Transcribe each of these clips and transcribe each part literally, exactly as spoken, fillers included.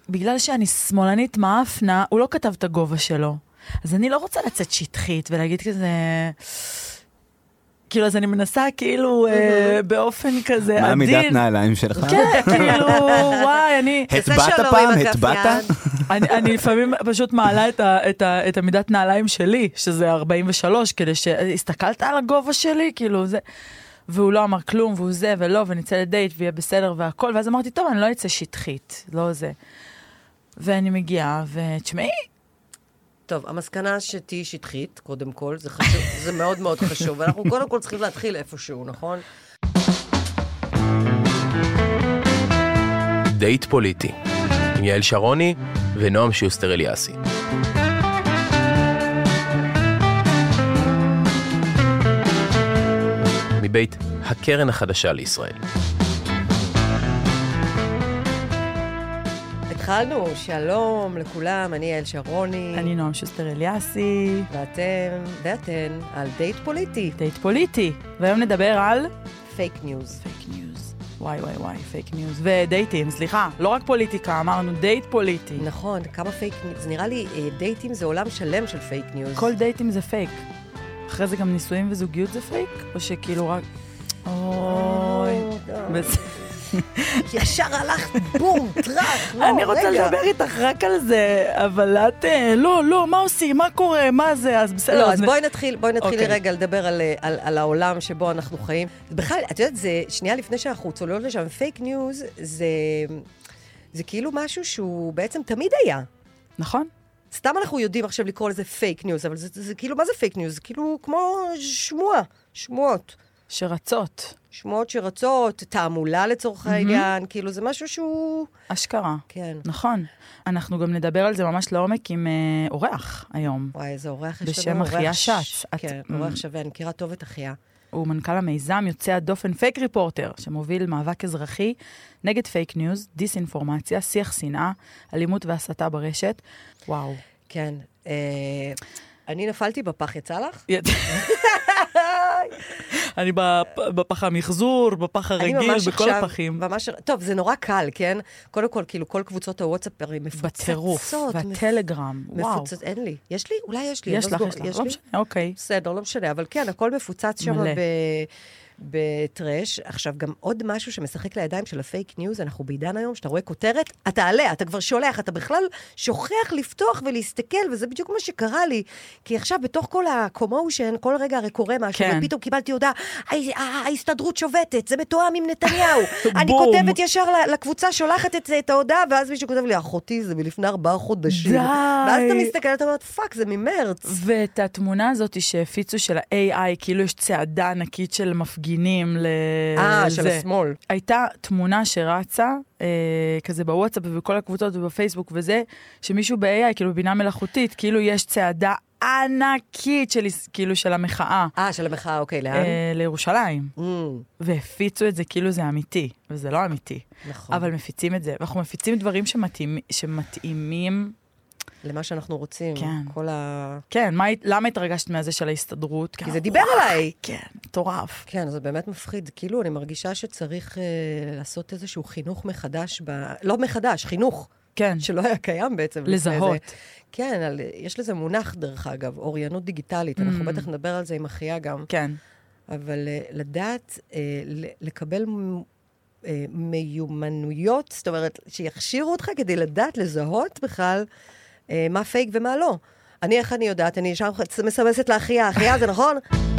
בגלל שאני שמאלנית מאפנה, הוא לא כתב את הגובה שלו. אז אני לא רוצה לצאת שטחית ולהגיד כזה... כאילו, אז אני מנסה כאילו באופן כזה עדין. מה עמידת נעליים שלך? כן, כאילו, וואי, אני... הטבעת פעם? הטבעת? אני לפעמים פשוט מעלה את עמידת נעליים שלי, שזה ארבעים ושלוש, כדי שהסתכלת על הגובה שלי, כאילו, זה... והוא לא אמר כלום, והוא זה ולא, ונצא לדייט, ויהיה בסדר והכל, ואז אמרתי, טוב, אני לא אצא שטחית, לא זה. ואני מגיעה, ותשמעי, טוב, המסקנה שתהי שטחית, קודם כל, זה חשוב, זה מאוד מאוד חשוב, ואנחנו קודם כל צריכים להתחיל איפשהו, נכון? דייט פוליטי, עם יעל שרוני ונועם שוסטר אליאסי. מבית הקרן החדשה לישראל. התחלנו, שלום לכולם, אני יעל שרוני. אני נועם שוסטר אליאסי. ואתם, ואתן, על דייט פוליטי. דייט פוליטי. והיום נדבר על... פייק ניוז. פייק ניוז. וואי וואי וואי, פייק ניוז. ודייטים, סליחה, לא רק פוליטיקה, אמרנו דייט פוליטי. נכון, כמה פייק ניוז. זה נראה לי, דייטים זה עולם שלם של פייק ניוז. כל דייטים זה פייק. אחרי זה גם נישואים וזוגיות זה פייק? או שכאילו רק... אוי... ישר הלך בום, טרח, לא, אני רוצה לדבר איתך רק על זה, אבל את, לא, לא, מה עושים, מה קורה, מה זה, אז בסדר. לא, אז בואי נתחיל, בואי נתחיל לרגע לדבר על העולם שבו אנחנו חיים. בכלל, את יודעת, זה שנייה לפני שאנחנו צוללות לשם, פייק ניוז זה כאילו משהו שהוא בעצם תמיד היה. נכון. סתם אנחנו יודעים עכשיו לקרוא לזה פייק ניוז, אבל זה כאילו, מה זה פייק ניוז? זה כאילו כמו שמועה, שמועות. שרצות. שמועות שרצות, תעמולה לצורך העניין, כאילו זה משהו שהוא... אשכרה. כן. נכון. אנחנו גם נדבר על זה ממש לעומק עם אורח היום. וואי, איזה אורח יש לנו. בשם אחיה שץ. כן, אורח שווה, אני מכירה טוב את אחיה. הוא מנכ"ל המיזם יוצא הדופן פייק ריפורטר, שמוביל מאבק אזרחי נגד פייק ניוז, דיסאינפורמציה, שיח שנאה, אלימות והסתה ברשת. וואו. כן. אני נפלתי בפח, יצא לך? אני בפח המחזור, בפח הרגיל, בכל הפחים. טוב, זה נורא קל, כן? קודם כל, כאילו, כל קבוצות הוואטסאפ מפוצצות. בטירוף, והטלגרם, וואו. מפוצצות, אין לי. יש לי? אולי יש לי. יש לך, יש לך, לא משנה, אוקיי. בסדר, לא משנה, אבל כן, הכל מפוצץ שם ב... בטרש. עכשיו, גם עוד משהו שמשחק לידיים של הפייק ניוז, אנחנו בעידן היום, שאתה רואה כותרת, אתה עליה, אתה כבר שולח, אתה בכלל שוכח לפתוח ולהסתכל, וזה בדיוק מה שקרה לי, כי עכשיו בתוך כל הקומושן, כל רגע הרי קורה משהו, כן. ופתאום קיבלתי הודעה, ההסתדרות שובתת, זה מתואם עם נתניהו. אני כותבת ישר לקבוצה, שולחת את, את ההודעה, ואז מישהו כותב לי, אחותי, זה מלפני ארבעה חודשים. די. ואז אתה מסתכל, אתה אומרת, פאק, זה ממרץ. ואת התמונה הזאת שהפיצו של ה-איי איי, כאילו יש צעדה ענקית של מפגינים ל... אה, של השמאל. הייתה תמונה שרצה, אה, כזה בוואטסאפ ובכל הקבוצות ובפייסבוק וזה, שמישהו ב-איי איי, כאילו בבינה מלאכותית, כאילו יש צעדה ענקית של, כאילו של המחאה. אה, של המחאה, אוקיי, לאן? אה, לירושלים. Mm. והפיצו את זה כאילו זה אמיתי, וזה לא אמיתי. נכון. אבל מפיצים את זה, ואנחנו מפיצים דברים שמתאים, שמתאימים... למה שאנחנו רוצים. כן. כל ה... כן, מה, למה התרגשת מהזה של ההסתדרות? כי זה דיבר עליי. כן, מטורף. כן, זה באמת מפחיד. כאילו, אני מרגישה שצריך אה, לעשות איזשהו חינוך מחדש, ב... לא מחדש, חינוך. כן. שלא היה קיים בעצם. לזהות. כן, על... יש לזה מונח דרך אגב, אוריינות דיגיטלית. Mm. אנחנו בטח נדבר על זה עם אחיה גם. כן. אבל אה, לדעת, אה, לקבל... מיומנויות, זאת אומרת, שיכשירו אותך כדי לדעת לזהות בכלל אה, מה פייק ומה לא. אני, איך אני יודעת? אני שם מסמסת לאחיה. אחיה, זה נכון?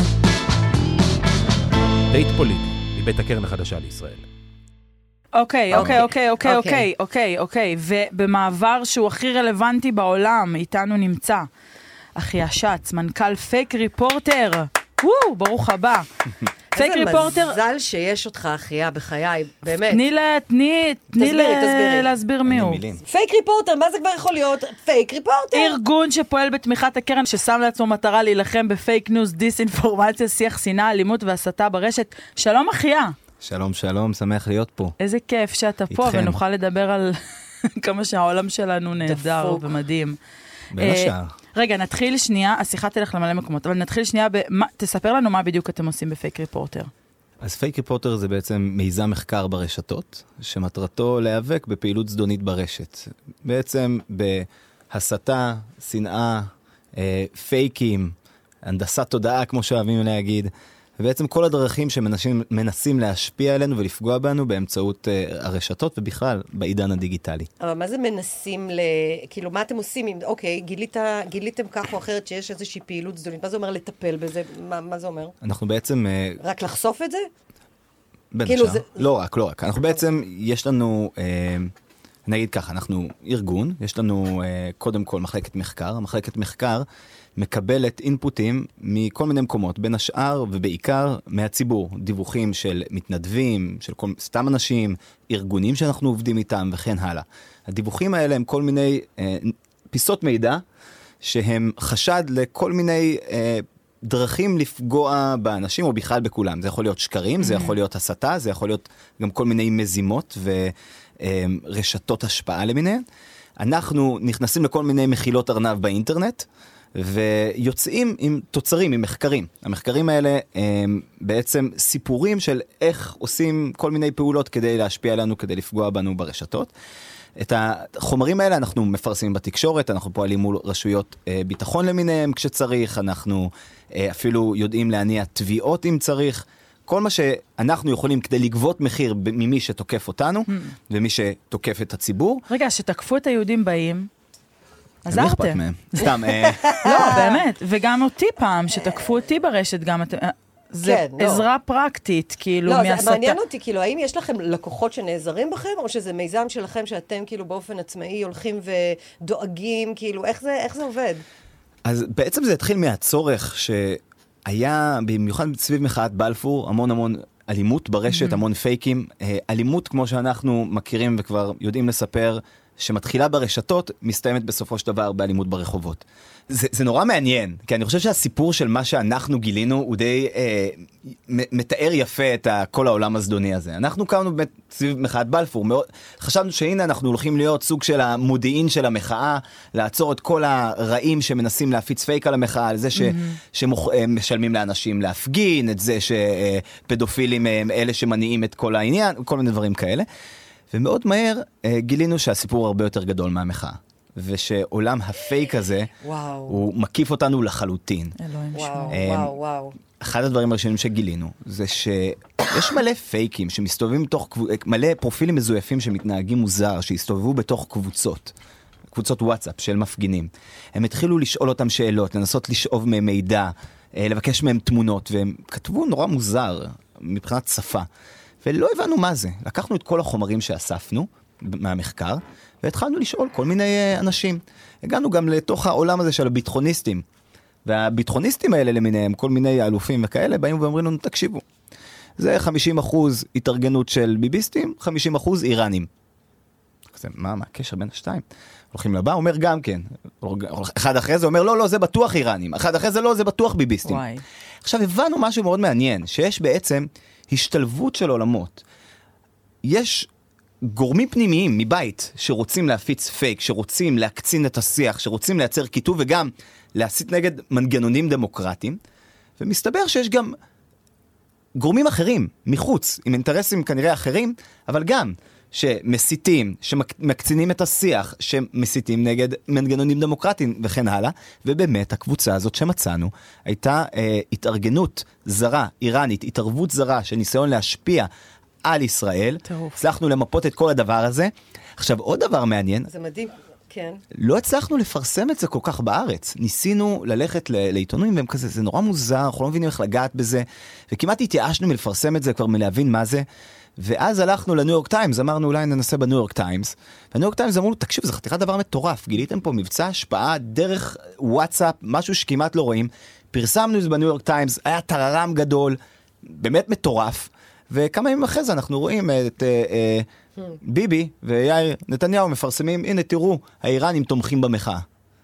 דייט פוליטי, מבית הקרן החדשה לישראל. אוקיי, אוקיי, אוקיי, אוקיי, אוקיי, אוקיי, אוקיי. ובמעבר שהוא הכי רלוונטי בעולם, איתנו נמצא אחיה שץ, מנכ"ל פייק ריפורטר. וואו, ברוך הבא. פייק ריפורטר... איזה מזל שיש אותך, אחיה, בחיי, באמת. תני לה, תני, תני להסביר מי הוא. פייק ריפורטר, מה זה כבר יכול להיות? פייק ריפורטר. ארגון שפועל בתמיכת הקרן, ששם לעצמו מטרה להילחם בפייק ניוז, דיסאינפורמציה, שיח שנאה, אלימות והסתה ברשת. שלום אחיה. שלום, שלום, שמח להיות פה. איזה כיף שאתה פה, ונוכל לדבר על כמה שהעולם שלנו נהדר ומדהים. בין השאר. רגע, נתחיל שנייה, השיחה תלך למלא מקומות, אבל נתחיל שנייה, תספר לנו מה בדיוק אתם עושים בפייק ריפורטר. אז פייק ריפורטר זה בעצם מיזם מחקר ברשתות, שמטרתו להיאבק בפעילות זדונית ברשת. בעצם בהסתה, שנאה, אה, פייקים, הנדסת תודעה, כמו שאוהבים להגיד, ובעצם כל הדרכים שמנסים להשפיע עלינו ולפגוע בנו באמצעות uh, הרשתות ובכלל בעידן הדיגיטלי. אבל מה זה מנסים ל... כאילו, מה אתם עושים? אם, אוקיי, גילית, גיליתם כך או אחרת שיש איזושהי פעילות זדונית. מה זה אומר לטפל בזה? מה, מה זה אומר? אנחנו בעצם... Uh, רק לחשוף את זה? בין כאילו השאר. זה... לא רק, לא רק. אנחנו בעצם, יש לנו... Uh, נגיד ככה, אנחנו ארגון, יש לנו uh, קודם כל מחלקת מחקר. המחלקת מחקר מקבלת אינפוטים מכל מיני מקומות, בין השאר ובעיקר מהציבור. דיווחים של מתנדבים, של כל, סתם אנשים, ארגונים שאנחנו עובדים איתם וכן הלאה. הדיווחים האלה הם כל מיני אה, פיסות מידע שהם חשד לכל מיני אה, דרכים לפגוע באנשים או בכלל בכולם. זה יכול להיות שקרים, mm-hmm. זה יכול להיות הסתה, זה יכול להיות גם כל מיני מזימות ורשתות השפעה למיניהן. אנחנו נכנסים לכל מיני מחילות ארנב באינטרנט, ויוצאים עם תוצרים, עם מחקרים. המחקרים האלה הם בעצם סיפורים של איך עושים כל מיני פעולות כדי להשפיע עלינו, כדי לפגוע בנו ברשתות. את החומרים האלה אנחנו מפרסמים בתקשורת, אנחנו פועלים מול רשויות ביטחון למיניהם כשצריך, אנחנו אפילו יודעים להניע תביעות אם צריך. כל מה שאנחנו יכולים כדי לגבות מחיר ממי שתוקף אותנו, ומי שתוקף את הציבור. רגע, שתקפו את היהודים באים, עזרתם. אכפת מהם. סתם. לא, באמת. וגם אותי פעם, שתקפו אותי ברשת גם, זה עזרה פרקטית, כאילו, מהסתה. לא, זה מעניין אותי, כאילו, האם יש לכם לקוחות שנעזרים בכם, או שזה מיזם שלכם שאתם, כאילו, באופן עצמאי הולכים ודואגים, כאילו, איך זה, איך זה עובד? אז בעצם זה התחיל מהצורך שהיה, במיוחד סביב מחאת בלפור, המון המון אלימות ברשת, המון פייקים. אלימות, כמו שאנחנו מכירים וכבר יודעים לספר, שמתחילה ברשתות, מסתיימת בסופו של דבר באלימות ברחובות. זה, זה נורא מעניין, כי אני חושב שהסיפור של מה שאנחנו גילינו, הוא די אה, מתאר יפה את כל העולם הזדוני הזה. אנחנו קמנו סביב מחאת בלפור, מאוד, חשבנו שהנה אנחנו הולכים להיות סוג של המודיעין של המחאה, לעצור את כל הרעים שמנסים להפיץ פייק על המחאה, על זה ש, mm-hmm. שמשלמים לאנשים להפגין, את זה שפדופילים הם אלה שמניעים את כל העניין, כל מיני דברים כאלה. ומאוד מהר אה, גילינו שהסיפור הרבה יותר גדול מהמחאה. ושעולם הפייק הזה, וואו. הוא מקיף אותנו לחלוטין. אלוהים וואו, שמור. וואו, וואו. אחד הדברים הראשונים שגילינו, זה שיש מלא פייקים שמסתובבים בתוך, מלא פרופילים מזויפים שמתנהגים מוזר, שהסתובבו בתוך קבוצות. קבוצות וואטסאפ של מפגינים. הם התחילו לשאול אותם שאלות, לנסות לשאוב מהם מידע, לבקש מהם תמונות, והם כתבו נורא מוזר מבחינת שפה. ולא הבנו מה זה. לקחנו את כל החומרים שאספנו מהמחקר, והתחלנו לשאול כל מיני אנשים. הגענו גם לתוך העולם הזה של הביטחוניסטים. והביטחוניסטים האלה למיניהם, כל מיני אלופים וכאלה, באים ואומרים לנו, תקשיבו, זה חמישים אחוז התארגנות של ביביסטים, חמישים אחוז איראנים. מה, מה הקשר בין השתיים? הולכים לבא, אומר גם כן. אחד אחרי זה אומר, לא, לא, זה בטוח איראנים. אחד אחרי זה, לא, זה בטוח ביביסטים. וואי. עכשיו, הבנו משהו מאוד מעניין, שיש בעצם השתלבות של עולמות. יש גורמים פנימיים מבית שרוצים להפיץ פייק, שרוצים להקצין את השיח, שרוצים לייצר כיתוב וגם להסית נגד מנגנונים דמוקרטיים, ומסתבר שיש גם גורמים אחרים מחוץ, עם אינטרסים כנראה אחרים, אבל גם שמסיתים, שמקצינים את השיח, שמסיתים נגד מנגנונים דמוקרטיים וכן הלאה, ובאמת הקבוצה הזאת שמצאנו הייתה אה, התארגנות זרה, איראנית, התערבות זרה של ניסיון להשפיע על ישראל. טירוף. הצלחנו למפות את כל הדבר הזה. עכשיו עוד דבר מעניין. זה מדהים, כן. לא הצלחנו לפרסם את זה כל כך בארץ. ניסינו ללכת לעיתונים והם כזה, זה נורא מוזר, אנחנו לא מבינים איך לגעת בזה, וכמעט התייאשנו מלפרסם את זה כבר מלהבין מה זה. ואז הלכנו לניו יורק טיימס, אמרנו אולי ננסה בניו יורק טיימס, והניו יורק טיימס אמרו לו, תקשיב, זה חתיכת דבר מטורף, גיליתם פה מבצע השפעה דרך וואטסאפ, משהו שכמעט לא רואים, פרסמנו את זה בניו יורק טיימס, היה טררם גדול, באמת מטורף, וכמה ימים אחרי זה אנחנו רואים את אה, אה, ביבי ויאיר נתניהו מפרסמים, הנה תראו, האיראנים תומכים במחאה.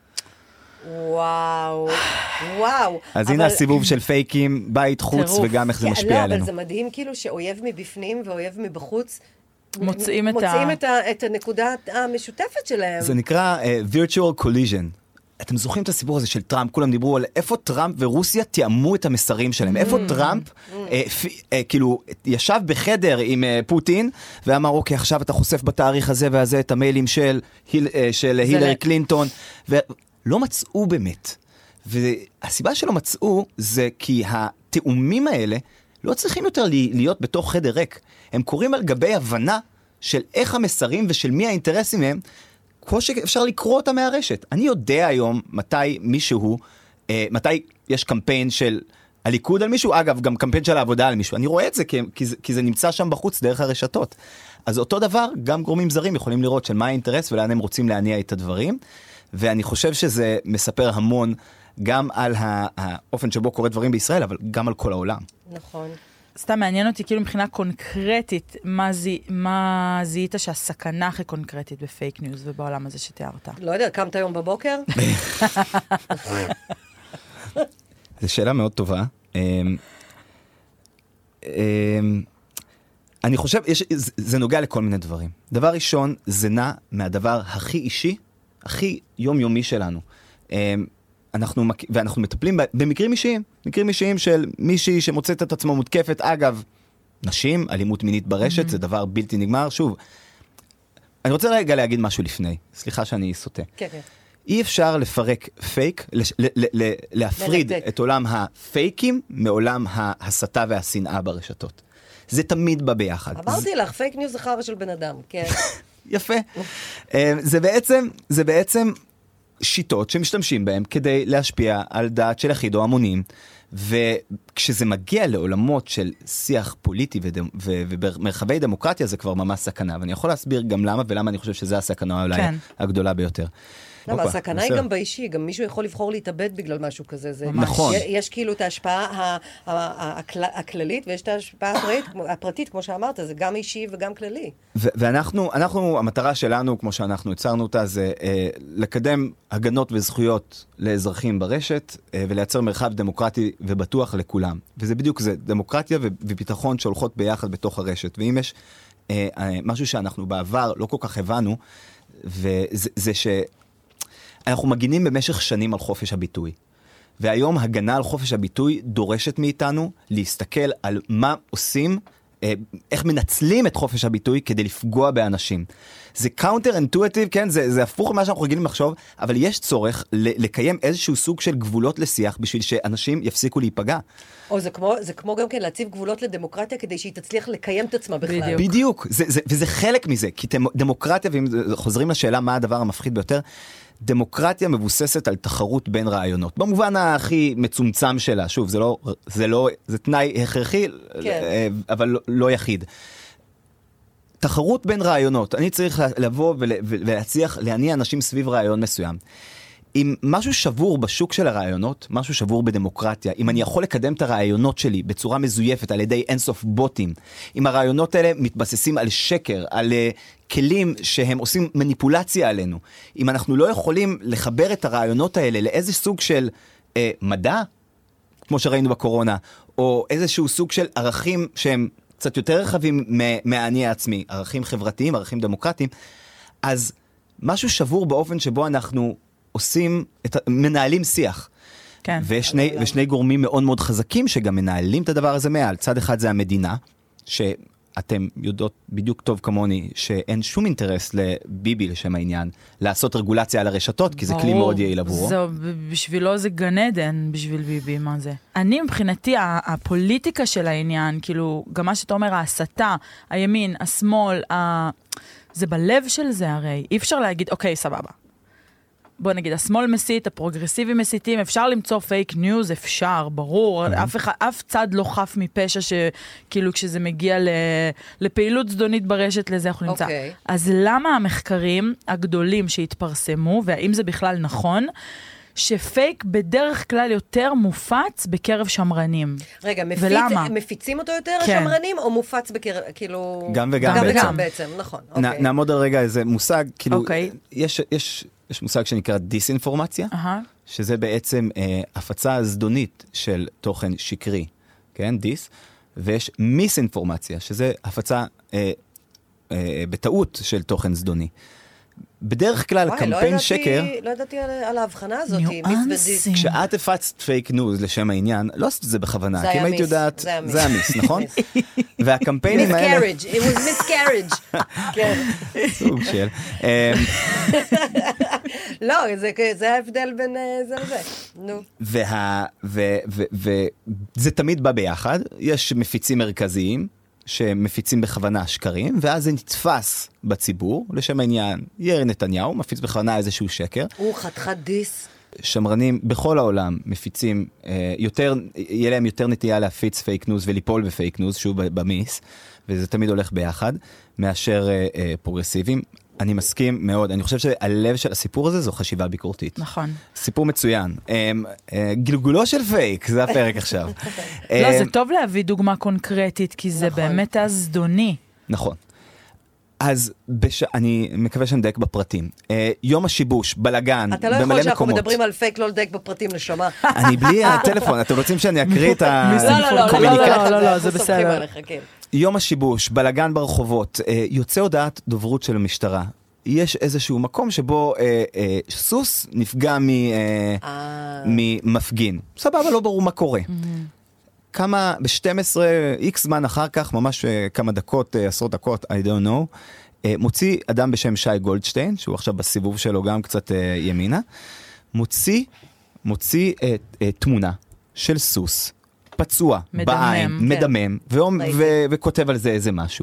וואו, וואו. אז אבל... הנה הסיבוב של פייקים, בית חוץ, טירוף. וגם איך זה משפיע לא, עלינו. אבל זה מדהים כאילו שאויב מבפנים ואויב מבחוץ, מוצאים, את, מוצאים ה... את, ה... את הנקודה המשותפת שלהם. זה נקרא uh, virtual collision. אתם זוכרים את הסיפור הזה של טראמפ, כולם דיברו על איפה טראמפ ורוסיה תיאמו את המסרים שלהם, איפה טראמפ אה, פ, אה, כאילו ישב בחדר עם אה, פוטין, ואמר אוקיי עכשיו אתה חושף בתאריך הזה והזה את המיילים של, היל, אה, של הילרי קלינטון, ולא מצאו באמת. והסיבה שלא מצאו זה כי התאומים האלה לא צריכים יותר להיות בתוך חדר ריק, הם קוראים על גבי הבנה של איך המסרים ושל מי האינטרסים הם, כמו שאפשר לקרוא אותה מהרשת. אני יודע היום מתי מישהו, אה, מתי יש קמפיין של הליכוד על מישהו, אגב, גם קמפיין של העבודה על מישהו. אני רואה את זה כי, כי, זה, כי זה נמצא שם בחוץ דרך הרשתות. אז אותו דבר, גם גורמים זרים יכולים לראות של מה האינטרס ולאן הם רוצים להניע את הדברים, ואני חושב שזה מספר המון גם על האופן שבו קורה דברים בישראל, אבל גם על כל העולם. נכון. סתם מעניין אותי, כאילו מבחינה קונקרטית, מה, זי, מה זיהית שהסכנה הכי קונקרטית בפייק ניוז ובעולם הזה שתיארת? לא יודע, קמת היום בבוקר? זו שאלה מאוד טובה. אני חושב, יש, זה נוגע לכל מיני דברים. דבר ראשון, זה נע מהדבר הכי אישי, הכי יומיומי שלנו. אנחנו, ואנחנו מטפלים במקרים אישיים, מקרים אישיים של מישהי שמוצאת את עצמו מותקפת, אגב, נשים, אלימות מינית ברשת, mm-hmm. זה דבר בלתי נגמר. שוב, אני רוצה רגע להגיד משהו לפני, סליחה שאני סוטה. כן, כן. אי אפשר לפרק פייק, לש, ל, ל, ל, להפריד את עולם הפייקים מעולם ההסתה והשנאה ברשתות. זה תמיד בא ביחד. אמרתי לך, פייק ניוז זה חרא של בן אדם, כן. יפה. זה בעצם, זה בעצם שיטות שמשתמשים בהם כדי להשפיע על דעת של יחיד או המונים, וכשזה מגיע לעולמות של שיח פוליטי ודמ... ו... ובמרחבי דמוקרטיה זה כבר ממש סכנה, ואני יכול להסביר גם למה, ולמה אני חושב שזה הסכנה אולי כן. הגדולה ביותר. אבל הסכנה היא גם באישי, גם מישהו יכול לבחור להתאבד בגלל משהו כזה. זה נכון. יש כאילו את ההשפעה הכללית, ויש את ההשפעה הפרטית, כמו שאמרת, זה גם אישי וגם כללי. ואנחנו, אנחנו, המטרה שלנו, כמו שאנחנו הצרנו אותה, זה לקדם הגנות וזכויות לאזרחים ברשת, ולייצר מרחב דמוקרטי ובטוח לכולם. וזה בדיוק זה, דמוקרטיה וביטחון שהולכות ביחד בתוך הרשת. ואם יש משהו שאנחנו בעבר לא כל כך הבנו, וזה ש... אנחנו מגינים במשך שנים על חופש הביטוי. והיום הגנה על חופש הביטוי דורשת מאיתנו להסתכל על מה עושים, איך מנצלים את חופש הביטוי כדי לפגוע באנשים. זה counter intuitive, כן? זה, זה הפוך ממה שאנחנו רגילים לחשוב, אבל יש צורך לקיים איזשהו סוג של גבולות לשיח בשביל שאנשים יפסיקו להיפגע. או זה כמו, זה כמו גם כן להציב גבולות לדמוקרטיה כדי שהיא תצליח לקיים את עצמה בכלל. בדיוק. בדיוק. זה, זה, וזה חלק מזה, כי דמוקרטיה, ואם חוזרים לשאלה מה הדבר המפחיד ביותר, דמוקרטיה מבוססת על תחרות בין רעיונות. במובן הכי מצומצם שלה, שוב, זה לא, זה לא, זה תנאי הכרחי, כן. אבל לא, לא יחיד. תחרות בין רעיונות. אני צריך לבוא ולהצליח להניע אנשים סביב רעיון מסוים. אם משהו שבור בשוק של הרעיונות, משהו שבור בדמוקרטיה, אם אני יכול לקדם את הרעיונות שלי בצורה מזויפת על ידי אינסוף בוטים, אם הרעיונות האלה מתבססים על שקר, על uh, כלים שהם עושים מניפולציה עלינו, אם אנחנו לא יכולים לחבר את הרעיונות האלה לאיזה סוג של uh, מדע, כמו שראינו בקורונה, או איזשהו סוג של ערכים שהם קצת יותר רחבים מהאני העצמי, ערכים חברתיים, ערכים דמוקרטיים, אז משהו שבור באופן שבו אנחנו עושים, את, מנהלים שיח. כן. ושני, ושני גורמים מאוד מאוד חזקים שגם מנהלים את הדבר הזה מעל. צד אחד זה המדינה, שאתם יודעות בדיוק טוב כמוני, שאין שום אינטרס לביבי לשם העניין, לעשות רגולציה על הרשתות, כי זה כלי מאוד יעיל עבורו. זה, בשבילו זה גן עדן בשביל ביבי, מה זה? אני מבחינתי, הפוליטיקה של העניין, כאילו, גם מה שאתה אומר, ההסתה, הימין, השמאל, ה... זה בלב של זה הרי. אי אפשר להגיד, אוקיי, סבבה. בוא נגיד, השמאל מסית, הפרוגרסיבי מסיתים, אפשר למצוא פייק ניוז, אפשר, ברור, mm-hmm. אף, אחד, אף צד לא חף מפשע שכאילו כשזה מגיע ל, לפעילות זדונית ברשת לזה אנחנו נמצא. Okay. אז למה המחקרים הגדולים שהתפרסמו, והאם זה בכלל נכון, שפייק בדרך כלל יותר מופץ בקרב שמרנים. רגע, מפיץ, מפיצים אותו יותר כן. השמרנים, או מופץ בקרב, כאילו... גם וגם גם בעצם. וגם בעצם, נכון. נ, אוקיי. נעמוד על רגע איזה מושג, כאילו, אוקיי. יש, יש, יש מושג שנקרא דיסאינפורמציה, uh-huh. שזה בעצם אה, הפצה זדונית של תוכן שקרי, כן, דיס, ויש מיסאינפורמציה, שזה הפצה אה, אה, בטעות של תוכן זדוני. בדרך כלל וואי, קמפיין לא ידעתי, שקר... לא ידעתי על, על ההבחנה הזאת, ניואנסים. מיס ודיס. כשאת הפצת פייק ניוז לשם העניין, לא עשית את זה בכוונה, זה כי היה אם היית מיס, יודעת, זה היה מיס. זה המיס, נכון? והקמפיינים האלה... miscarriage, it was miscarriage. כן. סוג של... אמ, לא, זה, זה ההבדל בין אה, זה לזה. נו. וה... ו... ו... וזה תמיד בא ביחד, יש מפיצים מרכזיים, שמפיצים בכוונה שקרים, ואז זה נתפס בציבור, לשם העניין, יאיר נתניהו מפיץ בכוונה איזשהו שקר. הוא חתיכת דיס. שמרנים בכל העולם מפיצים אה, יותר, יהיה להם יותר נטייה להפיץ פייק ניוז וליפול בפייק ניוז, שהוא במיס, וזה תמיד הולך ביחד, מאשר אה, אה, פרוגרסיביים. אני מסכים מאוד, אני חושב שהלב של הסיפור הזה זו חשיבה ביקורתית. נכון. סיפור מצוין. אה, אה, גלגולו של פייק, זה הפרק עכשיו. לא, אה, זה טוב להביא דוגמה קונקרטית, כי זה באמת הזדוני. נכון. אז בש... אני מקווה שנדייק בפרטים. אה, יום השיבוש, בלגן, אתה לא במלא יכול שאנחנו מקומות. מדברים על פייק, לא לדייק בפרטים נשמה. אני בלי הטלפון, אתם רוצים שאני אקריא את לא, לא, לא, הקומוניקט? לא, לא, לא, זה אנחנו סומכים בסדר. עליך, כן. יום השיבוש, בלגן ברחובות, אה, יוצא הודעת דוברות של המשטרה. יש איזשהו מקום שבו אה, אה, סוס נפגע מ, אה, אה. ממפגין. סבבה, לא ברור מה קורה. כמה, ב-שתים עשרה איקס זמן אחר כך, ממש אה, כמה דקות, אה, עשרות דקות, I don't know, אה, מוציא אדם בשם שי גולדשטיין, שהוא עכשיו בסיבוב שלו גם קצת אה, ימינה, מוציא, מוציא אה, אה, תמונה של סוס, פצוע, מדמם, בעין, כן. מדמם, ואום, ו- וכותב על זה איזה משהו.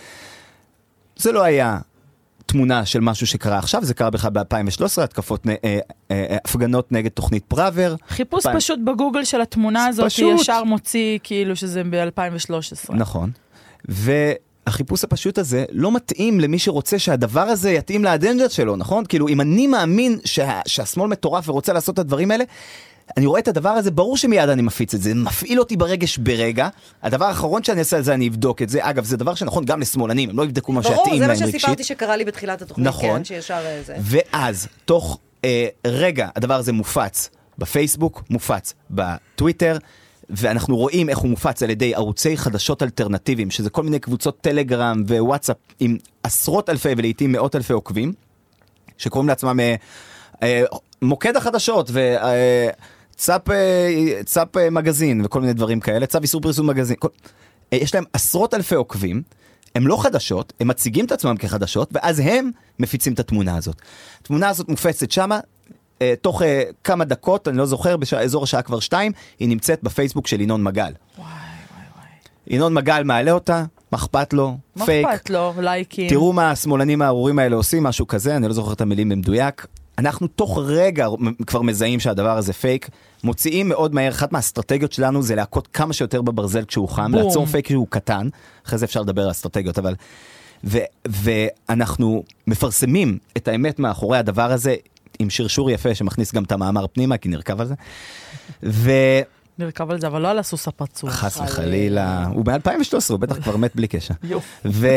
זה לא היה תמונה של משהו שקרה עכשיו, זה קרה בכלל ב-אלפיים ושלוש עשרה, התקפות, אה, אה, הפגנות נגד תוכנית פראבר. חיפוש פעם... פשוט בגוגל של התמונה הזאת, פשוט. ישר מוציא כאילו שזה ב-אלפיים ושלוש עשרה. נכון. והחיפוש הפשוט הזה לא מתאים למי שרוצה שהדבר הזה יתאים לאג'נדה שלו, נכון? כאילו, אם אני מאמין שה, שהשמאל מטורף ורוצה לעשות את הדברים האלה, אני רואה את הדבר הזה, ברור שמיד אני מפיץ את זה, מפעיל אותי ברגש ברגע. הדבר האחרון שאני אעשה על זה, אני אבדוק את זה. אגב, זה דבר שנכון גם לשמאלנים, הם לא יבדקו מה שיתאים ברור, זה להם מה רגשית. שסיפרתי שקרה לי בתחילת התוכנית, נכון. כן, שישר אה, זה. ואז, תוך אה, רגע, הדבר הזה מופץ בפייסבוק, מופץ בטוויטר, ואנחנו רואים איך הוא מופץ על ידי ערוצי חדשות אלטרנטיביים, שזה כל מיני קבוצות טלגרם ווואטסאפ עם עשרות אלפי ולעיתים מאות אלפי עוקבים, שקוראים לעצמם אה, אה, מוקד החדשות ו... אה, צאפ, צאפ מגזין וכל מיני דברים כאלה, צאפ איסור פרסום מגזין. כל... יש להם עשרות אלפי עוקבים, הם לא חדשות, הם מציגים את עצמם כחדשות, ואז הם מפיצים את התמונה הזאת. התמונה הזאת מופצת שמה, תוך כמה דקות, אני לא זוכר, באזור השעה כבר שתיים, היא נמצאת בפייסבוק של ינון מגל. וואי, וואי, וואי. ינון מגל מעלה אותה, מה אכפת לו, פייק. מה אכפת לו, לייקים. תראו מה השמאלנים הארורים האלה עושים, משהו כזה, אני לא זוכר את המילים במדויק. אנחנו תוך רגע כבר מזהים שהדבר הזה פייק, מוציאים מאוד מהר, אחת מהאסטרטגיות שלנו זה להכות כמה שיותר בברזל כשהוא חם, בום. לעצור פייק שהוא קטן, אחרי זה אפשר לדבר על אסטרטגיות, אבל... ו- ואנחנו מפרסמים את האמת מאחורי הדבר הזה, עם שרשור יפה שמכניס גם את המאמר פנימה, כי נרכב על זה. ו... נרכב על זה, אבל לא על הסוס הפצוע. חס וחלילה, הוא ב-אלפיים ושלוש עשרה, הוא בטח כבר מת בלי קשר. יופי. ו...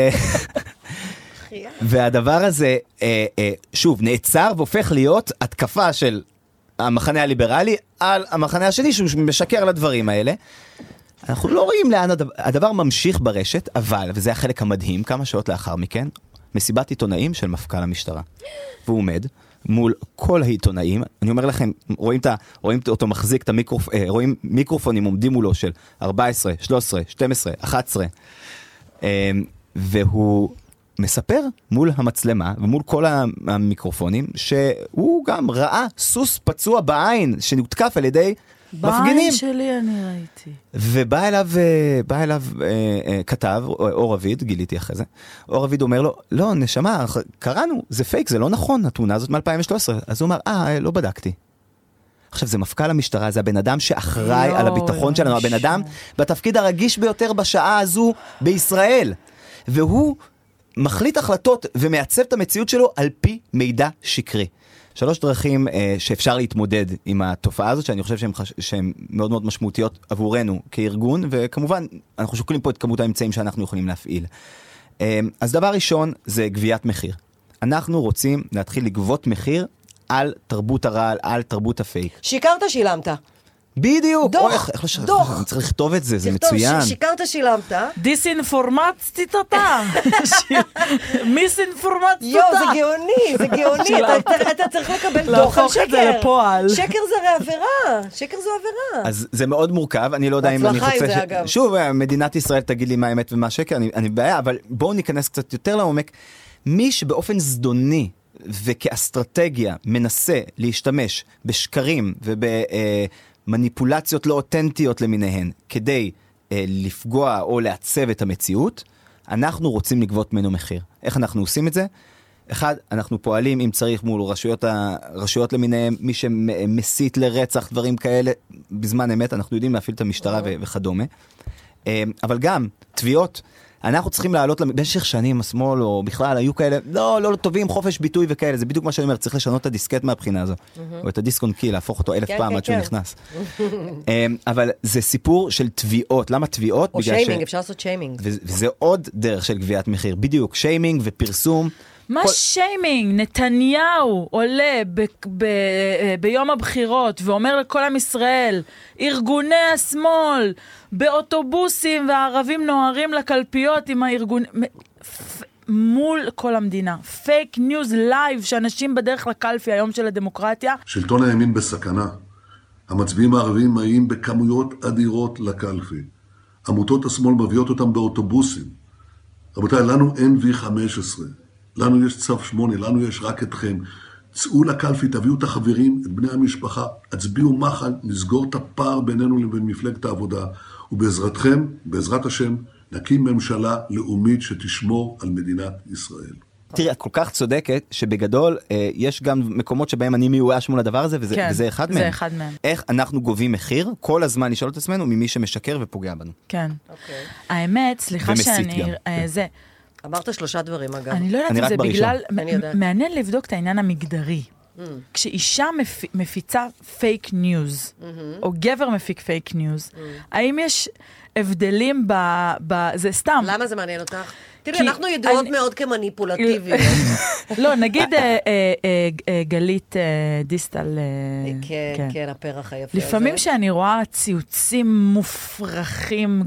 והדבר הזה, אה, אה, שוב, נעצר והופך להיות התקפה של המחנה הליברלי על המחנה השני, שהוא משקר לדברים האלה. אנחנו לא רואים לאן הדבר, הדבר ממשיך ברשת, אבל, וזה החלק המדהים, כמה שעות לאחר מכן, מסיבת עיתונאים של מפכ"ל המשטרה. והוא עומד מול כל העיתונאים, אני אומר לכם, רואים, תה, רואים אותו מחזיק את המיקרופ, אה, רואים מיקרופונים עומדים מולו של ארבע עשרה, שלוש עשרה, שתים עשרה, אחת עשרה, אה, והוא... מספר מול המצלמה ומול כל המיקרופונים שהוא גם ראה סוס פצוע בעין שנותקף על ידי מפגינים. בעין שלי אני ראיתי. ובא אליו, בא אליו אה, אה, כתב, אור אביד, גיליתי אחרי זה, אור אביד אומר לו, לא, נשמה, קראנו, זה פייק, זה לא נכון, התמונה הזאת מ-אלפיים ושלוש עשרה. אז הוא אמר, אה, לא בדקתי. עכשיו, זה מפכ"ל המשטרה, זה הבן אדם שאחראי על הביטחון שלנו, הבן אדם בתפקיד הרגיש ביותר בשעה הזו בישראל. והוא מחליט החלטות ומעצב את המציאות שלו על פי מידע שקרי. שלוש דרכים אה, שאפשר להתמודד עם התופעה הזאת, שאני חושב שהן חש... שהן מאוד מאוד משמעותיות עבורנו כארגון, וכמובן, אנחנו שוקלים פה את כמות האמצעים שאנחנו יכולים להפעיל. אה, אז דבר ראשון, זה גביית מחיר. אנחנו רוצים להתחיל לגבות מחיר על תרבות הרעל, על תרבות הפייק. שיקרת, שילמת. בדיוק. דוח, אוי, איך, איך לש... דוח. אני צריך לכתוב את זה, זה תכתוב, מצוין. ש- שיקרת שילמת. דיסאינפורמצית אותה. מיסאינפורמצית יו, אותה. זה גאוני, זה גאוני. אתה, אתה, אתה צריך לקבל דוח על להפוך שקר. את זה לפועל. שקר זה הרי עבירה. שקר זו עבירה. אז זה מאוד מורכב, אני לא יודע אם אני בהצלחה רוצה... עם זה, ש... אגב. שוב, מדינת ישראל תגיד לי מה האמת ומה שקר, אני, אני בעיה, אבל בואו ניכנס קצת יותר לעומק. מי שבאופן זדוני וכאסטרטגיה מנסה להשתמש בשקרים ובמניפולציות לא אותנטיות למיניהן, כדי אה, לפגוע או לעצב את המציאות, אנחנו רוצים לגבות ממנו מחיר. איך אנחנו עושים את זה? אחד, אנחנו פועלים אם צריך מול רשויות, ה... רשויות למיניהם, מי שמסית לרצח, דברים כאלה, בזמן אמת, אנחנו יודעים להפעיל את המשטרה ו... וכדומה. אבל גם, תביעות, אנחנו צריכים לעלות, במשך שנים השמאל או בכלל היו כאלה, לא, לא, לא טובים, חופש ביטוי וכאלה, זה בדיוק מה שאני אומר, צריך לשנות את הדיסקט מהבחינה הזו, או את הדיסק און קי, להפוך אותו אלף פעם עד שהוא נכנס. אבל זה סיפור של תביעות, למה תביעות? או שיימינג, אפשר לעשות שיימינג. וזה עוד דרך של גביית מחיר, בדיוק, שיימינג ופרסום. מה שיימינג? נתניהו עולה ב- ב- ביום הבחירות ואומר לכל עם ישראל, ארגוני השמאל באוטובוסים והערבים נוהרים לקלפיות עם הארגון... פ- מול כל המדינה. פייק ניוז לייב שאנשים בדרך לקלפי היום של הדמוקרטיה. שלטון הימין בסכנה. המצביעים הערבים מגיעים בכמויות אדירות לקלפי. עמותות השמאל מביאות אותם באוטובוסים. רבותיי, לנו אין וי חמש עשרה. לנו יש צו שמונה, לנו יש רק אתכם. צאו לקלפי, תביאו את החברים, את בני המשפחה, הצביעו מחל, נסגור את הפער בינינו לבין מפלגת העבודה, ובעזרתכם, בעזרת השם, נקים ממשלה לאומית שתשמור על מדינת ישראל. תראי, את כל כך צודקת שבגדול אה, יש גם מקומות שבהם אני מיואש מול הדבר הזה, וזה, כן, וזה אחד זה מהם. אחד מהם. איך אנחנו גובים מחיר, כל הזמן לשאול את עצמנו ממי שמשקר ופוגע בנו. כן. אוקיי. האמת, סליחה ומסית שאני... גם, אה, כן. זה... אמרת שלושה דברים, אגב. אני לא יודעת אני אם רק זה בראשון. בגלל... אני יודעת. מעניין לבדוק את העניין המגדרי. כשאישה מפ... מפיצה פייק ניוז, או גבר מפיק פייק ניוז, האם יש הבדלים ב... ב... זה סתם. למה זה מעניין אותך? תראי, כי אנחנו ידועות אני- מאוד כמניפולטיביות. לא, נגיד אה, אה, אה, אה, גלית אה, דיסטל... אה, כן, כן, הפרח היפה הזה. לפעמים שאני רואה ציוצים מופרכים,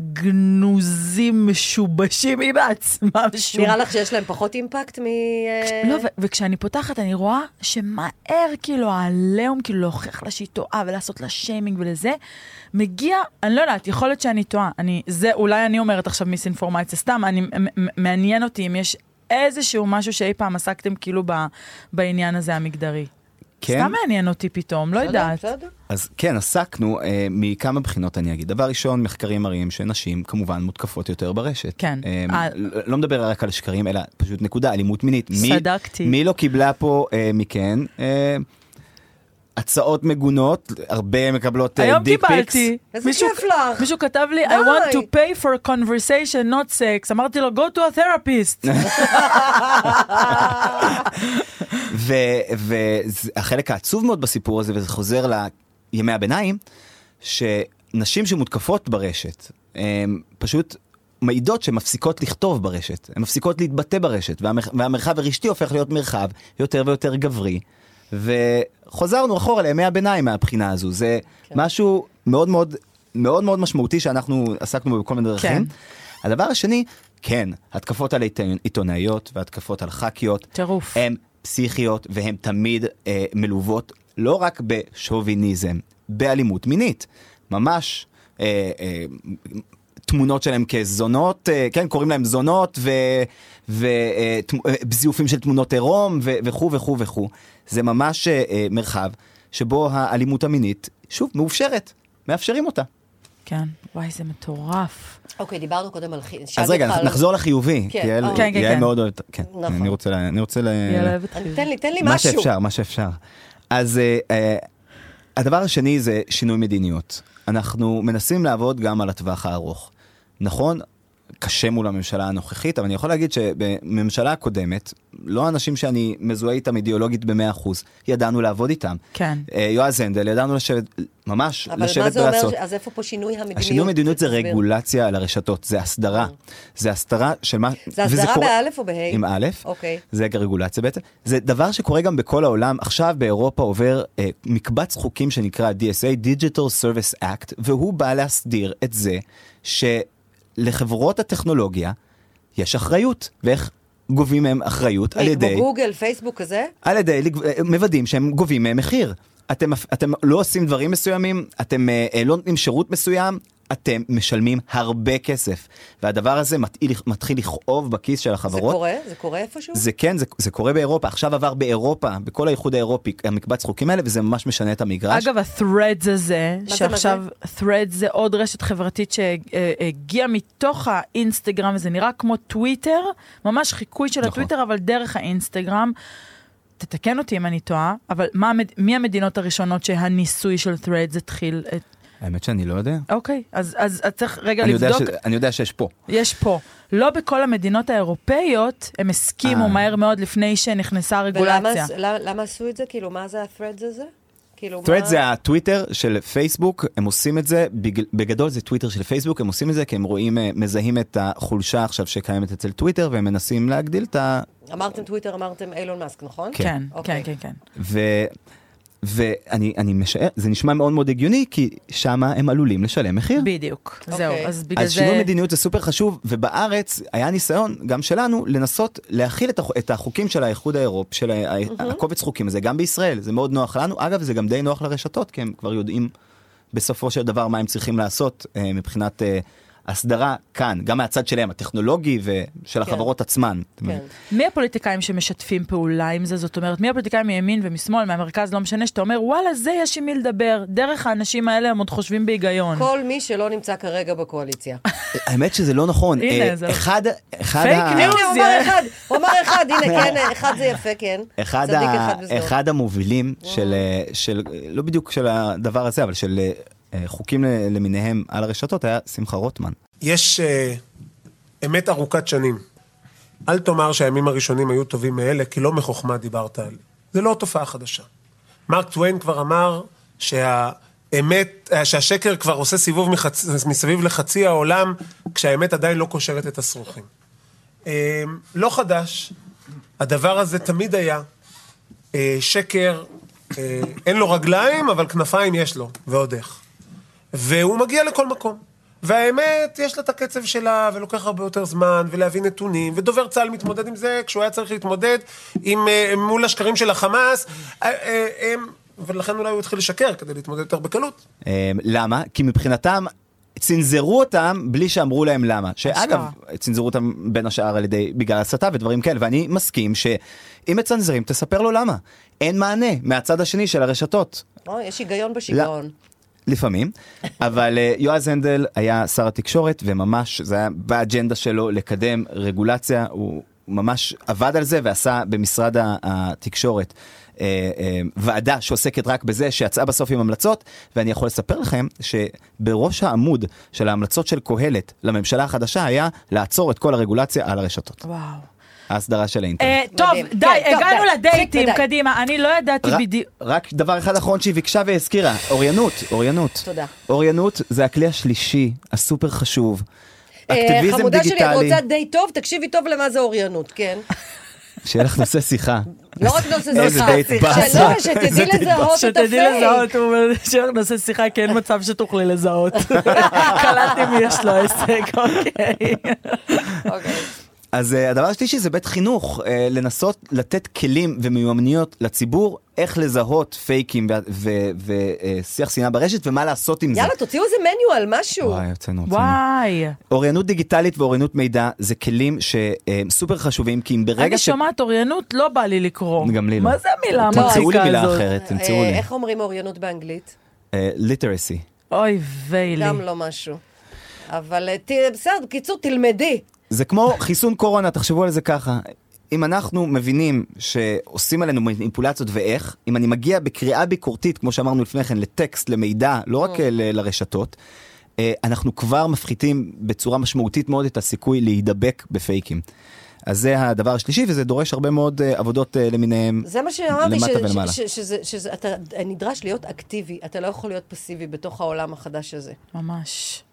גנוזים, משובשים, היא בעצמה משובשת. נראה לך שיש להם פחות אימפקט מ... לא, ו- וכשאני פותחת, אני רואה שמהר, כאילו, העליהום, כאילו, להוכיח לה שהיא טועה, ולעשות לה שיימינג ולזה, מגיע, אני לא יודעת, יכול להיות שאני טועה, אני, זה, אולי אני אומרת עכשיו מיסאינפורמציה, סתם, אני, מ- מעניין אותי אם יש איזשהו משהו שאי פעם עסקתם, כאילו, ב- בעניין הזה המגדרי. כן? סתם מעניין אותי פתאום, לא יודעת. בסדר. אז כן, עסקנו אה, מכמה בחינות אני אגיד. דבר ראשון, מחקרים מראים שנשים כמובן מותקפות יותר ברשת. כן. אה, אה. לא, לא מדבר רק על שקרים, אלא פשוט נקודה, אלימות מינית. מי, צדקתי. מי לא קיבלה פה אה, מכן? אה, הצעות מגונות, הרבה מקבלות אה, היום דיק פיקס. קיבלתי. איזה מישהו- כיף לך. מישהו כתב לי, I די. want to pay for conversation, not sex. אמרתי לו, go to a therapist. והחלק העצוב מאוד בסיפור הזה, וזה חוזר לימי הביניים, שנשים שמותקפות ברשת, הן פשוט מעידות שמפסיקות לכתוב ברשת, הן מפסיקות להתבטא ברשת, והמר, והמרחב הרשתי הופך להיות מרחב יותר ויותר גברי, וחוזרנו אחורה לימי הביניים מהבחינה הזו. זה כן. משהו מאוד מאוד, מאוד מאוד משמעותי שאנחנו עסקנו בו בכל מיני דרכים. כן. הדבר השני, כן, התקפות על עיתונאיות והתקפות על ח"כיות, טירוף. הן פסיכיות והן תמיד אה, מלוות לא רק בשוביניזם, באלימות מינית. ממש אה, אה, תמונות שלהם כזונות, אה, כן, קוראים להם זונות ובזיופים של תמונות עירום וכו' וכו' וכו'. זה ממש אה, אה, מרחב שבו האלימות המינית, שוב, מאופשרת, מאפשרים אותה. כן, וואי, זה מטורף. אוקיי, דיברנו קודם על... חי- אז שאלתי רגע, אותך על- נחזור לחיובי. כן, כי יעל- אה. כן, כן, יעל כן. מאוד אוהבת, כן. נכון. אני רוצה ל... אני רוצה ל... יאללה, אוהבת אני- חיוב. תן לי, תן לי מה משהו. שאפשר, מה שאפשר. אז אה, אה, הדבר השני זה שינוי מדיניות. אנחנו מנסים לעבוד גם על הטווח הארוך. נכון? קשה מול הממשלה הנוכחית, אבל אני יכול להגיד שבממשלה הקודמת, לא אנשים שאני מזוהה איתם אידיאולוגית במאה אחוז, ידענו לעבוד איתם. כן. יועז הנדל, ידענו לשבת, ממש לשבת ולעשות. אבל מה זה אומר, אז איפה פה שינוי המדיניות? השינוי המדיניות זה רגולציה על הרשתות, זה הסדרה. זה הסדרה של מה... זה הסדרה באלף או בהי? עם א', אוקיי. זה רגולציה בעצם. זה דבר שקורה גם בכל העולם. עכשיו באירופה עובר אה, מקבץ חוקים שנקרא די אס איי, Digital Service Act, והוא בא להסדיר את זה שלחברות הטכנולוגיה יש אחריות, ואיך גובים מהם אחריות על ידי... כמו גוגל, פייסבוק כזה? על ידי, מוודאים שהם גובים מהם מחיר. אתם, אתם לא עושים דברים מסוימים, אתם אה, לא נותנים שירות מסוים, אתם משלמים הרבה כסף. והדבר הזה מתחיל, מתחיל לכאוב בכיס של החברות. זה קורה? זה קורה איפשהו? זה כן, זה, זה קורה באירופה. עכשיו עבר באירופה, בכל האיחוד האירופי, המקבץ חוקים האלה, וזה ממש משנה את המגרש. אגב, ה-Threads הזה, שעכשיו, Threads זה עוד רשת חברתית שהגיעה מתוך האינסטגרם, וזה נראה כמו טוויטר, ממש חיקוי של הטוויטר, אבל דרך האינסטגרם. תתקן אותי אם אני טועה, אבל מה, מי המדינות הראשונות שהניסוי של Threads התחיל? האמת שאני לא יודע. אוקיי, אז, אז צריך רגע אני לבדוק. יודע ש, אני יודע שיש פה. יש פה. לא בכל המדינות האירופאיות, הם הסכימו מהר מאוד לפני שנכנסה הרגולציה. ולמה למה עשו את זה? כאילו, מה זה ה-Threads הזה? Threads זה הטוויטר של פייסבוק, הם עושים את זה, בגדול זה טוויטר של פייסבוק, הם עושים את זה כי הם רואים, מזהים את החולשה עכשיו שקיימת אצל טוויטר, והם מנסים להגדיל את ה... אמרתם טוויטר, אמרתם אילון מאסק, נכון? כן, כן, כן, כן. ו... ואני אני משער, זה נשמע מאוד מאוד הגיוני, כי שמה הם עלולים לשלם מחיר. בדיוק, זהו, אז בגלל אז זה... שינוי מדיניות זה סופר חשוב, ובארץ היה ניסיון, גם שלנו, לנסות להכיל את החוקים של האיחוד האירופי, של הקובץ חוקים הזה, גם בישראל, זה מאוד נוח לנו, אגב, זה גם די נוח לרשתות, כי הם כבר יודעים בסופו של דבר מה הם צריכים לעשות, מבחינת הסדרה כאן, גם מהצד שלהם, הטכנולוגי ושל החברות עצמן. מי הפוליטיקאים שמשתפים פעולה עם זה? זאת אומרת, מי הפוליטיקאים מימין ומשמאל, מהמרכז, לא משנה, שאתה אומר, וואלה, זה יש עם מי לדבר. דרך האנשים האלה הם עוד חושבים בהיגיון. כל מי שלא נמצא כרגע בקואליציה. האמת שזה לא נכון. הנה, זה... אחד... פייק ניוז. הוא אמר אחד, הוא אמר אחד, הנה, כן, אחד זה יפה, כן. אחד המובילים של, לא בדיוק של הדבר הזה, אבל של... חוקים למיניהם על הרשתות היה שמחה רוטמן. יש uh, אמת ארוכת שנים. אל תאמר שהימים הראשונים היו טובים מאלה, כי לא מחוכמה דיברת על. זה לא תופעה חדשה. מרק טוויין כבר אמר שהאמת, שהשקר כבר עושה סיבוב מחצ... מסביב לחצי העולם, כשהאמת עדיין לא קושרת את השרוכים. Uh, לא חדש. הדבר הזה תמיד היה. Uh, שקר, uh, אין לו רגליים, אבל כנפיים יש לו, ועוד איך. והוא מגיע לכל מקום. והאמת, יש לה את הקצב שלה, ולוקח הרבה יותר זמן, ולהביא נתונים, ודובר צה"ל מתמודד עם זה, כשהוא היה צריך להתמודד עם, מול השקרים של החמאס, ולכן אולי הוא התחיל לשקר, כדי להתמודד יותר בקלות. למה? כי מבחינתם, צנזרו אותם בלי שאמרו להם למה. שאגב, צנזרו אותם בין השאר על ידי, בגלל הסתה ודברים כאלה, ואני מסכים שאם מצנזרים, תספר לו למה. אין מענה מהצד השני של הרשתות. יש היגיון בשיגעון. לפעמים, אבל יועז הנדל היה שר התקשורת, וממש זה היה באג'נדה שלו לקדם רגולציה, הוא ממש עבד על זה ועשה במשרד התקשורת ועדה שעוסקת רק בזה, שיצאה בסוף עם המלצות, ואני יכול לספר לכם שבראש העמוד של ההמלצות של קהלת לממשלה החדשה היה לעצור את כל הרגולציה על הרשתות. וואו. ההסדרה של האינטרנט. טוב, די, הגענו לדייטים, קדימה, אני לא ידעתי בדיוק. רק דבר אחד אחרון שהיא ביקשה והזכירה, אוריינות, אוריינות. תודה. אוריינות זה הכלי השלישי, הסופר חשוב. אקטיביזם דיגיטלי. חמודה שלי, את רוצה די טוב, תקשיבי טוב למה זה אוריינות, כן. שיהיה לך נושא שיחה. לא רק נושא שיחה. איזה דייט באסה. שלא, שתדעי לזהות את הפייק. שתדעי לזהות, הוא אומר, שיהיה לך נושא שיחה, כי אין מצב שתוכלי לזהות. קלטתי מי יש לו עסק, אוקיי. אוקיי. אז uh, הדבר השלישי זה בית חינוך, uh, לנסות לתת כלים ומיומנויות לציבור, איך לזהות פייקים ושיח שנאה ברשת, ומה לעשות עם זה. יאללה, תוציאו איזה מניואל, משהו. וואי, יוצאנו, וואי. אוריינות דיגיטלית ואוריינות מידע, זה כלים שסופר חשובים, כי אם ברגע אני ש... שומעת אוריינות, לא בא לי לקרוא. גם לי לא. מה זה המילה המרחיקה הזאת? תמצאו לי מילה אחרת, תמצאו לי. איך אומרים אוריינות באנגלית? ליטרסי. אוי ויילי. גם לא משהו. אבל בסדר, בקיצור, תלמדי. זה כמו חיסון קורונה, תחשבו על זה ככה. אם אנחנו מבינים שעושים עלינו מניפולציות ואיך, אם אני מגיע בקריאה ביקורתית, כמו שאמרנו לפני כן, לטקסט, למידע, לא רק ל- לרשתות, אנחנו כבר מפחיתים בצורה משמעותית מאוד את הסיכוי להידבק בפייקים. אז זה הדבר השלישי, וזה דורש הרבה מאוד עבודות למיניהם זה מה שאמרתי, למטה ולמעלה. שאתה נדרש להיות אקטיבי, אתה לא יכול להיות פסיבי בתוך העולם החדש הזה. ממש.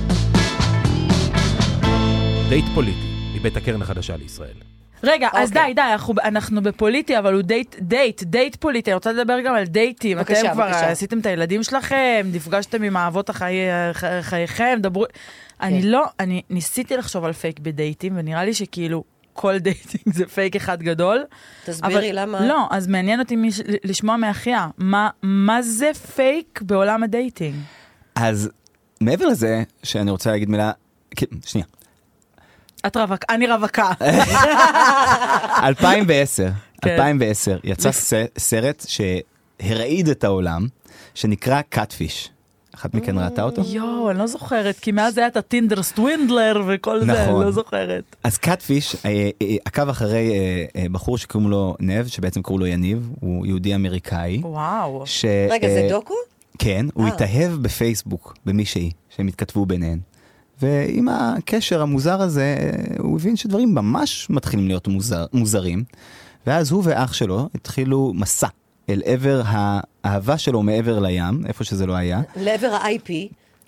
דייט פוליטי, מבית הקרן החדשה לישראל. רגע, okay. אז די, די, אנחנו, אנחנו בפוליטי, אבל הוא דייט, דייט, דייט פוליטי. אני רוצה לדבר גם על דייטים. בקשה, אתם כבר בקשה. עשיתם את הילדים שלכם, נפגשתם עם האבות החי, חייכם, דברו... Okay. אני לא, אני ניסיתי לחשוב על פייק בדייטים, ונראה לי שכאילו כל דייטינג זה פייק אחד גדול. תסבירי אבל, למה. לא, אז מעניין אותי מש, לשמוע מאחיה. מה, מה זה פייק בעולם הדייטינג? אז מעבר לזה, שאני רוצה להגיד מילה... שנייה. את רווקה, אני רווקה. אלפיים ועשר, אלפיים ועשר, יצא סרט שהרעיד את העולם, שנקרא קאטפיש. אחת מכן ראתה אותו? יואו, אני לא זוכרת, כי מאז היה את הטינדר סטווינדלר וכל זה, אני לא זוכרת. אז קאטפיש עקב אחרי בחור שקוראים לו נב, שבעצם קוראים לו יניב, הוא יהודי אמריקאי. וואו. רגע, זה דוקו? כן, הוא התאהב בפייסבוק, במישהי, שהם התכתבו ביניהן. ועם הקשר המוזר הזה, הוא הבין שדברים ממש מתחילים להיות מוזר, מוזרים, ואז הוא ואח שלו התחילו מסע אל עבר האהבה שלו מעבר לים, איפה שזה לא היה. לעבר ה-איי פי.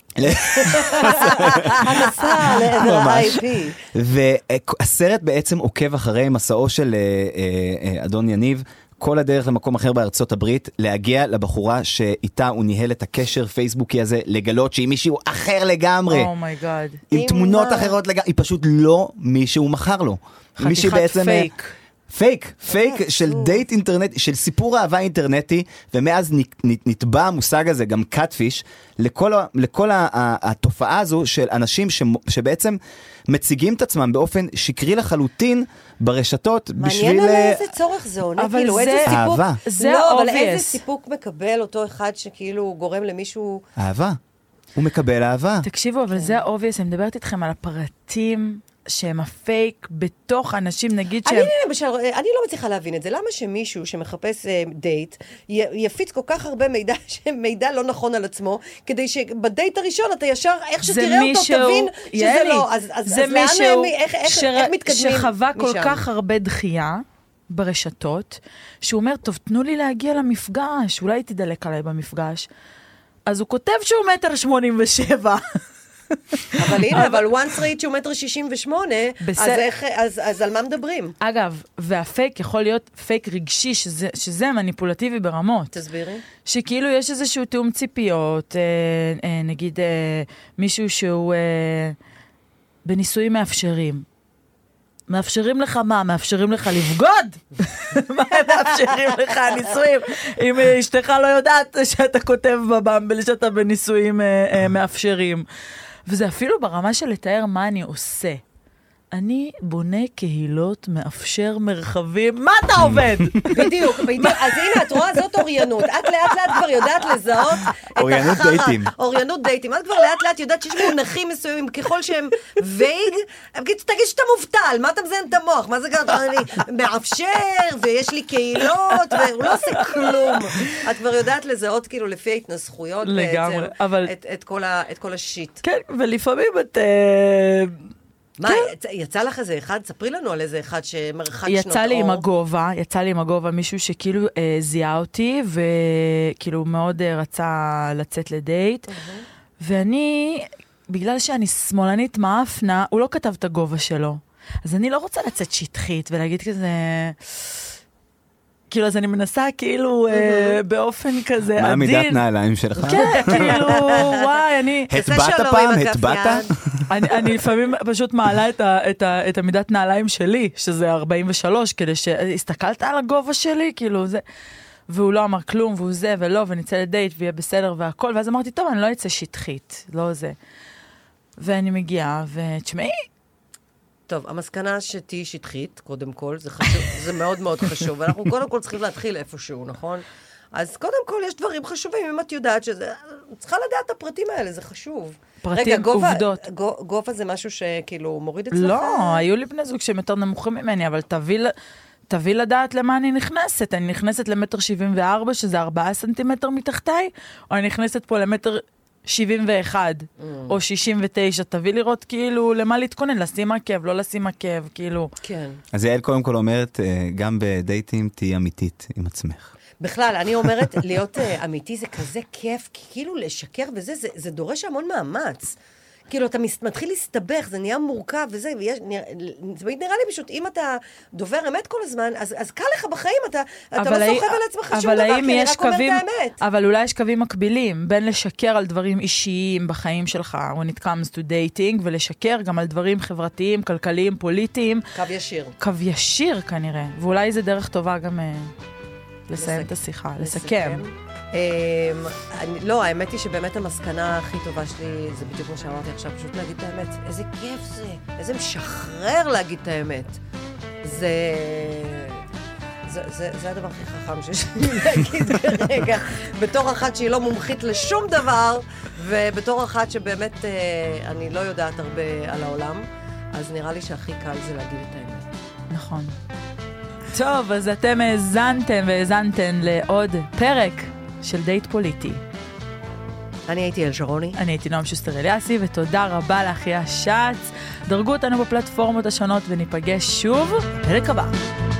המסע לעבר ה-איי פי. והסרט בעצם עוקב אחרי מסעו של אדון יניב, כל הדרך למקום אחר בארצות הברית, להגיע לבחורה שאיתה הוא ניהל את הקשר פייסבוקי הזה, לגלות שהיא מישהו אחר לגמרי. אומייגאד. עם תמונות אחרות לגמרי, היא פשוט לא מי שהוא מכר לו. חתיכת פייק. פייק, פייק של דייט אינטרנטי, של סיפור אהבה אינטרנטי, ומאז נטבע המושג הזה, גם קאטפיש, לכל, לכל התופעה הזו של אנשים שבעצם מציגים את עצמם באופן שקרי לחלוטין ברשתות בשביל... מעניין על איזה צורך זה עונה, כאילו איזה סיפוק... אהבה. זה לא, אבל obvious. איזה סיפוק מקבל אותו אחד שכאילו גורם למישהו... אהבה. הוא מקבל אהבה. תקשיבו, אבל זה obvious, אני מדברת איתכם על הפרטים... שהם הפייק בתוך אנשים, נגיד שהם... אני, למשל, אני לא מצליחה להבין את זה. למה שמישהו שמחפש uh, דייט, י, יפיץ כל כך הרבה מידע, מידע לא נכון על עצמו, כדי שבדייט הראשון אתה ישר, איך שתראה אותו, מישהו, תבין שזה יאלי, לא. אז, אז, זה אז מישהו לאן, איך, איך, שר... איך מתקדמים שחווה משם? כל כך הרבה דחייה ברשתות, שהוא אומר, טוב, תנו לי להגיע למפגש, אולי תדלק עליי במפגש. אז הוא כותב שהוא מטר שמונים ושבע. אבל הנה, אבל once reach הוא מטר שישים ושמונה, אז על מה מדברים? אגב, והפייק יכול להיות פייק רגשי, שזה מניפולטיבי ברמות. תסבירי. שכאילו יש איזשהו תיאום ציפיות, נגיד מישהו שהוא בניסויים מאפשרים. מאפשרים לך מה? מאפשרים לך לבגוד? מה הם מאפשרים לך ניסויים? אם אשתך לא יודעת שאתה כותב בבמבל שאתה בניסויים מאפשרים. וזה אפילו ברמה של לתאר מה אני עושה. אני בונה קהילות, מאפשר מרחבים, מה אתה עובד? בדיוק, בדיוק. אז הנה, את רואה, זאת אוריינות. את לאט לאט כבר יודעת לזהות אוריינות דייטים. אוריינות דייטים. את כבר לאט לאט יודעת שיש מונחים מסוימים, ככל שהם וייג, תגיד שאתה מובטל, מה אתה מזיין את המוח? מה זה ככה? אני מאפשר, ויש לי קהילות, והוא לא עושה כלום. את כבר יודעת לזהות כאילו לפי ההתנסחויות. לגמרי, אבל... את כל השיט. כן, ולפעמים את... מה, יצא לך איזה אחד? ספרי לנו על איזה אחד שמרחק שנות אור. יצא לי עם הגובה, יצא לי עם הגובה מישהו שכאילו זיהה אותי, וכאילו מאוד רצה לצאת לדייט, ואני, בגלל שאני שמאלנית מאפנה, הוא לא כתב את הגובה שלו. אז אני לא רוצה לצאת שטחית ולהגיד כזה... כאילו, אז אני מנסה כאילו באופן כזה עדין. מה מידת נעליים שלך? כן, כאילו, וואי, אני... התבאת פעם? התבאת? אני לפעמים פשוט מעלה את המידת נעליים שלי, שזה ארבעים ושלוש, כדי שהסתכלת על הגובה שלי, כאילו זה... והוא לא אמר כלום, והוא זה ולא, ונצא לדייט, ויהיה בסדר והכל, ואז אמרתי, טוב, אני לא אצא שטחית, לא זה. ואני מגיעה, ותשמעי, טוב, המסקנה שתהי שטחית, קודם כל, זה חשוב, זה מאוד מאוד חשוב, ואנחנו קודם כל צריכים להתחיל איפשהו, נכון? אז קודם כל יש דברים חשובים, אם את יודעת שזה, צריכה לדעת את הפרטים האלה, זה חשוב. פרטים, רגע, גובה, עובדות. גובה זה משהו שכאילו מוריד אצלך? לא, היו לי בני זוג שהם יותר נמוכים ממני, אבל תביא, תביא לדעת למה אני נכנסת. אני נכנסת למטר שבעים וארבע, שזה ארבעה סנטימטר מתחתיי, או אני נכנסת פה למטר שבעים ואחת או שישים ותשע, תביא לראות כאילו למה להתכונן, לשים עקב, לא לשים עקב, כאילו. כן. אז יעל קודם כל אומרת, גם בדייטים תהי אמיתית עם עצמך. בכלל, אני אומרת, להיות uh, אמיתי זה כזה כיף, כי כאילו לשקר וזה, זה, זה דורש המון מאמץ. כאילו, אתה מתחיל להסתבך, זה נהיה מורכב וזה, ויש, נראה, נראה לי פשוט, אם אתה דובר אמת כל הזמן, אז, אז קל לך בחיים, אתה, אתה לא סוחב על עצמך שום דבר, כי אני רק אומר את האמת. אבל אולי יש קווים מקבילים, בין לשקר על דברים אישיים בחיים שלך, when it comes to dating, ולשקר גם על דברים חברתיים, כלכליים, פוליטיים. קו ישיר. קו ישיר כנראה, ואולי זה דרך טובה גם לסיים את השיחה, לסכם. לא, האמת היא שבאמת המסקנה הכי טובה שלי, זה בדיוק כמו שאמרתי עכשיו, פשוט להגיד את האמת. איזה כיף זה, איזה משחרר להגיד את האמת. זה... זה הדבר הכי חכם שיש לי להגיד כרגע. בתור אחת שהיא לא מומחית לשום דבר, ובתור אחת שבאמת אני לא יודעת הרבה על העולם, אז נראה לי שהכי קל זה להגיד את האמת. נכון. טוב, אז אתם האזנתם והאזנתן לעוד פרק של דייט פוליטי. אני הייתי יעל שרוני. אני הייתי נועם שוסטר אליאסי, ותודה רבה לאחיה שץ. דרגו אותנו בפלטפורמות השונות וניפגש שוב בפרק הבא.